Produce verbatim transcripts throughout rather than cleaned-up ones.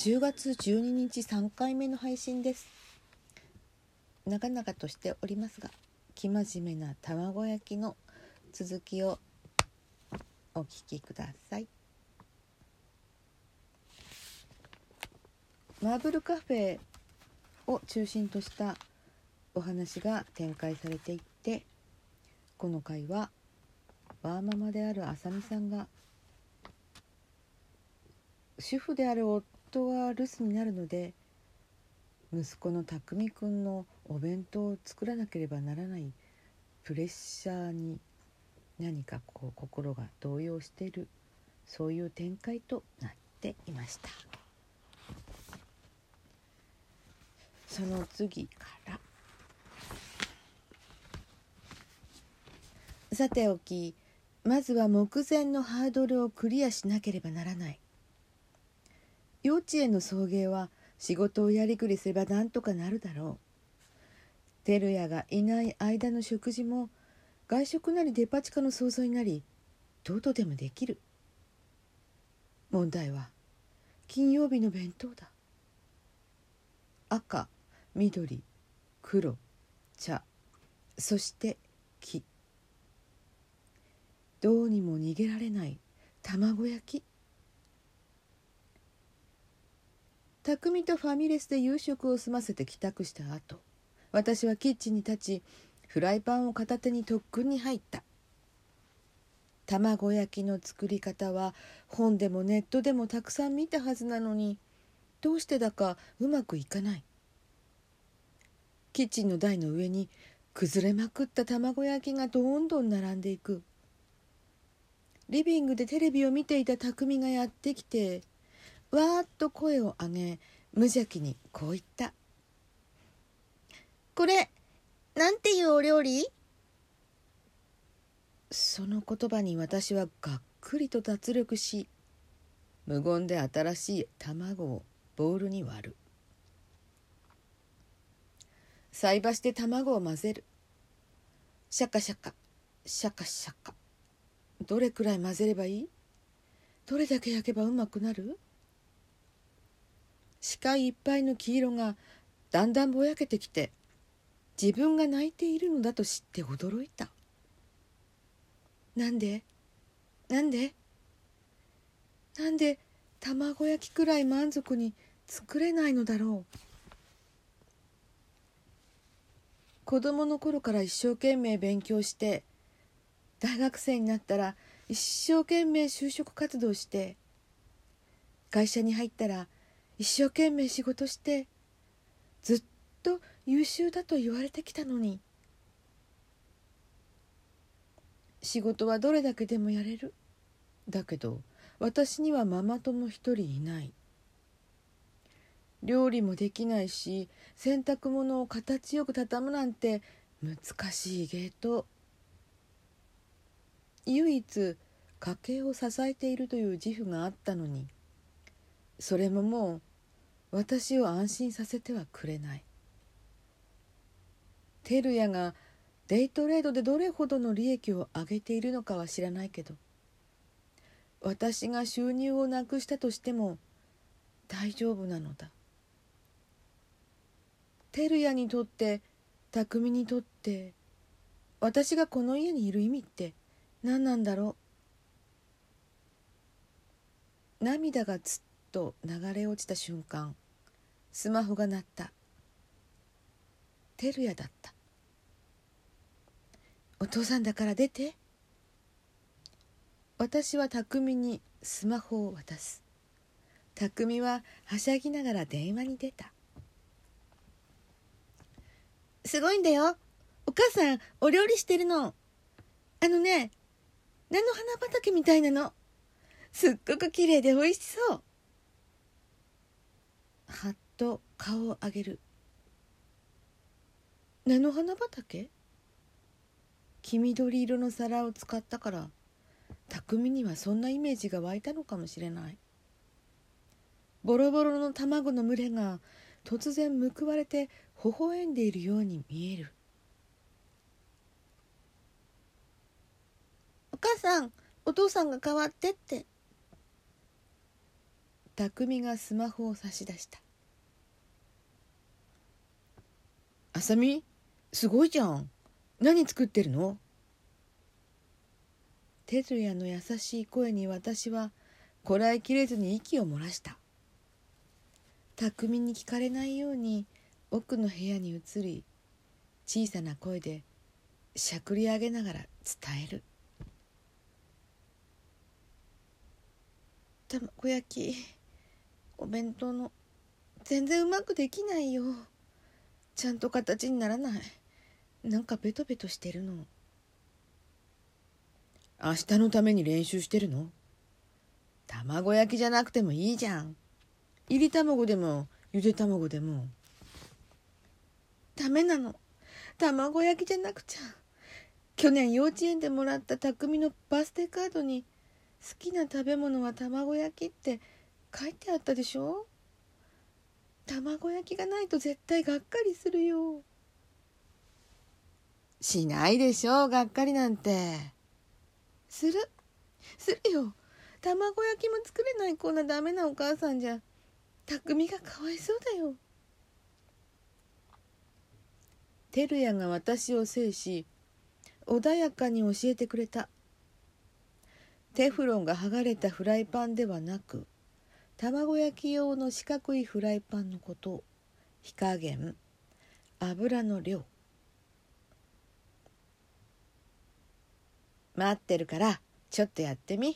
じゅうがつじゅうににちさんかいめの配信です。長々としておりますが、生真面目な卵焼きの続きをお聞きください。マーブルカフェを中心としたお話が展開されていって、この回はワーママであるあさみさんが、主婦である夫は留守になるので、息子のたくみくんのお弁当を作らなければならないプレッシャーに何かこう心が動揺している、そういう展開となっていました。その次から、さておき、まずは目前のハードルをクリアしなければならない。幼稚園の送迎は仕事をやりくりすればなんとかなるだろう。照屋がいない間の食事も外食なりデパ地下の惣菜なりどうとでもできる。問題は金曜日の弁当だ。赤、緑、黒、茶、そして黄。どうにも逃げられない卵焼き。匠とファミレスで夕食を済ませて帰宅した後、私はキッチンに立ち、フライパンを片手に特訓に入った。卵焼きの作り方は本でもネットでもたくさん見たはずなのに、どうしてだかうまくいかない。キッチンの台の上に崩れまくった卵焼きがどんどん並んでいく。リビングでテレビを見ていた匠がやってきて、わーっと声を上げ、無邪気にこう言った。これ、なんていうお料理？その言葉に私はがっくりと脱力し、無言で新しい卵をボウルに割る。菜箸で卵を混ぜる。シャカシャカ、シャカシャカ。どれくらい混ぜればいい？どれだけ焼けばうまくなる？視界いっぱいの黄色がだんだんぼやけてきて、自分が泣いているのだと知って驚いた。なんでなんでなんで卵焼きくらい満足に作れないのだろう。子供の頃から一生懸命勉強して、大学生になったら一生懸命就職活動して、会社に入ったら一生懸命仕事して、ずっと優秀だと言われてきたのに、仕事はどれだけでもやれる。だけど私にはママ友一人いない。料理もできないし、洗濯物を形よく畳むなんて難しい芸当。唯一家計を支えているという自負があったのに、それももう私を安心させてはくれない。照屋がデイトレードでどれほどの利益を上げているのかは知らないけど、私が収入をなくしたとしても大丈夫なのだ。照屋にとって、匠にとって、私がこの家にいる意味って何なんだろう。涙がつっと流れ落ちた瞬間、スマホが鳴った。照屋だった。お父さんだから出て。私は匠にスマホを渡す。匠ははしゃぎながら電話に出た。すごいんだよ。お母さんお料理してるの。あのね、菜の花畑みたいなの。すっごく綺麗で美味しそう。はっと顔を上げる。菜の花畑？黄緑色の皿を使ったから、匠にはそんなイメージが湧いたのかもしれない。ボロボロの卵の群れが突然報われて微笑んでいるように見える。お母さん、お父さんが代わってって。 匠がスマホを差し出した。あさみ、すごいじゃん。何作ってるの？照也の優しい声に私はこらえきれずに息を漏らした。匠に聞かれないように奥の部屋に移り、小さな声でしゃくり上げながら伝える。卵焼き、お弁当の全然うまくできないよ。ちゃんと形にならない。なんかベトベトしてるの。明日のために練習してるの？卵焼きじゃなくてもいいじゃん。いり卵でもゆで卵でも。ダメなの。卵焼きじゃなくちゃ。去年幼稚園でもらった匠のバースデーカードに好きな食べ物は卵焼きって書いてあったでしょ。卵焼きがないと絶対がっかりするよ。しないでしょ、がっかりなんて。するするよ。卵焼きも作れないこんなダメなお母さんじゃ匠がかわいそうだよ。照也が私を制し穏やかに教えてくれた。テフロンが剥がれたフライパンではなく、卵焼き用の四角いフライパンのこと、火加減、油の量。待ってるからちょっとやってみ。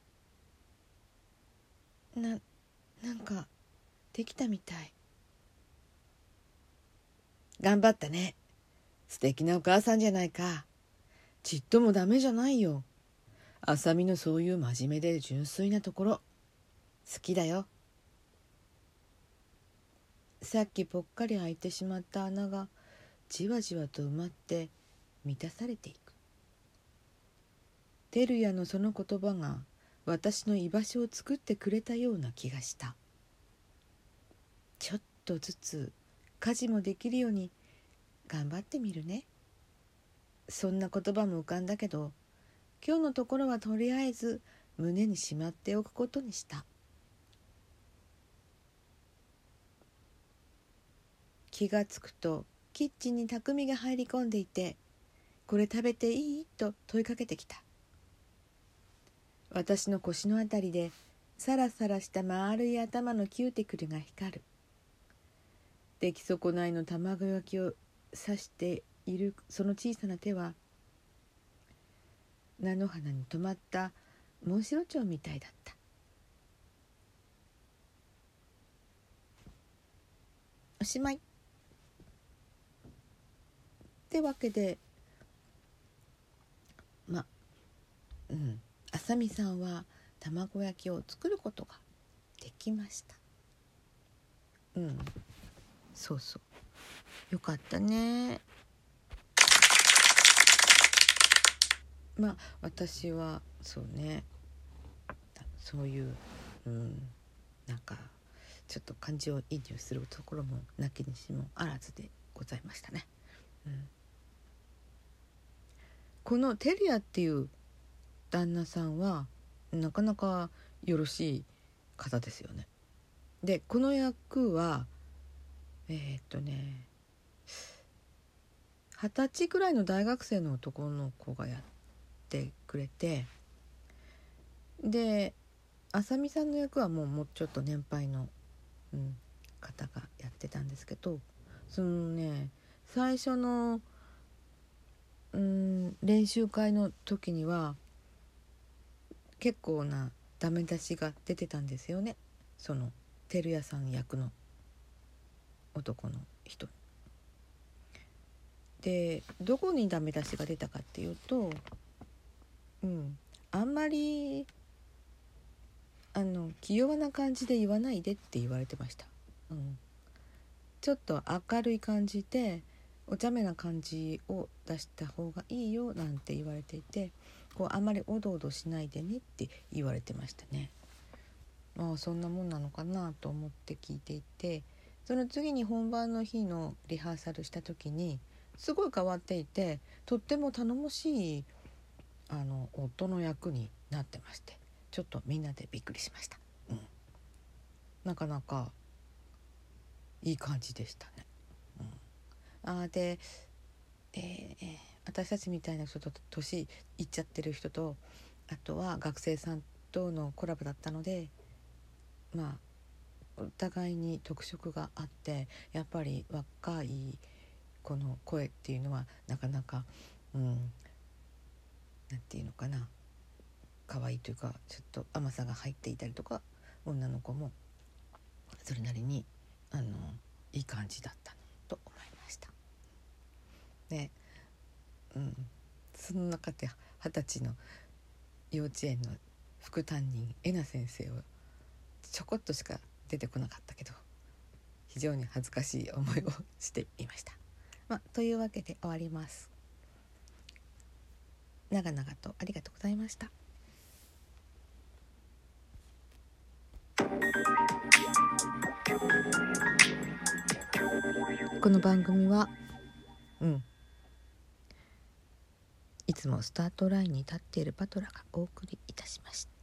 な、なんかできたみたい。頑張ったね。素敵なお母さんじゃないか。ちっともダメじゃないよ。あさみのそういう真面目で純粋なところ好きだよ。さっきぽっかり開いてしまった穴がじわじわと埋まって満たされていく。照也のその言葉が私の居場所を作ってくれたような気がした。ちょっとずつ家事もできるように頑張ってみるね。そんな言葉も浮かんだけど、今日のところはとりあえず胸にしまっておくことにした。気がつくとキッチンに匠が入り込んでいて、これ食べていい？と問いかけてきた。私の腰のあたりでサラサラした丸い頭のキューティクルが光る。出来損ないの卵焼きを刺しているその小さな手は菜の花に止まったモンシロチョウみたいだった。おしまい。ってわけで、まうんあさみさんは卵焼きを作ることができました。うんそうそう、よかったね。まあ私はそうね、そういう、うん、なんかちょっと感情移入するところもなきにしもあらずでございましたね。うん、このテリアっていう旦那さんはなかなかよろしい方ですよね。でこの役はえー、っとね二十歳くらいの大学生の男の子がやってくれて、であさみさんの役はもうもうちょっと年配の、うん、方がやってたんですけど、そのね最初の、うん、練習会の時には結構なダメ出しが出てたんですよね。その照屋さん役の男の人で、どこにダメ出しが出たかっていうと、うん、あんまりあの気弱な感じで言わないでって言われてました。うん、ちょっと明るい感じでお茶目な感じを出した方がいいよなんて言われていて、こうあまりおどおどしないでねって言われてましたね。まあそんなもんなのかなと思って聞いていて、その次に本番の日のリハーサルした時にすごい変わっていて、とっても頼もしいあの夫の役になってまして、ちょっとみんなでびっくりしました。うんなかなかいい感じでしたね。うん、あで、えー、私たちみたいな人と年いっちゃってる人と、あとは学生さんとのコラボだったので、まあお互いに特色があって、やっぱり若いこの声っていうのはなかなか、うん、なんていうのかな、可愛いというかちょっと甘さが入っていたりとか、女の子もそれなりにあのいい感じだったと思いました。で、うん、その中で二十歳の幼稚園の副担任えな先生はちょこっとしか出てこなかったけど、非常に恥ずかしい思いをしていました。まあ、というわけで終わります。長々とありがとうございました。この番組は、うん、いつもスタートラインに立っているパトラがお送りいたしました。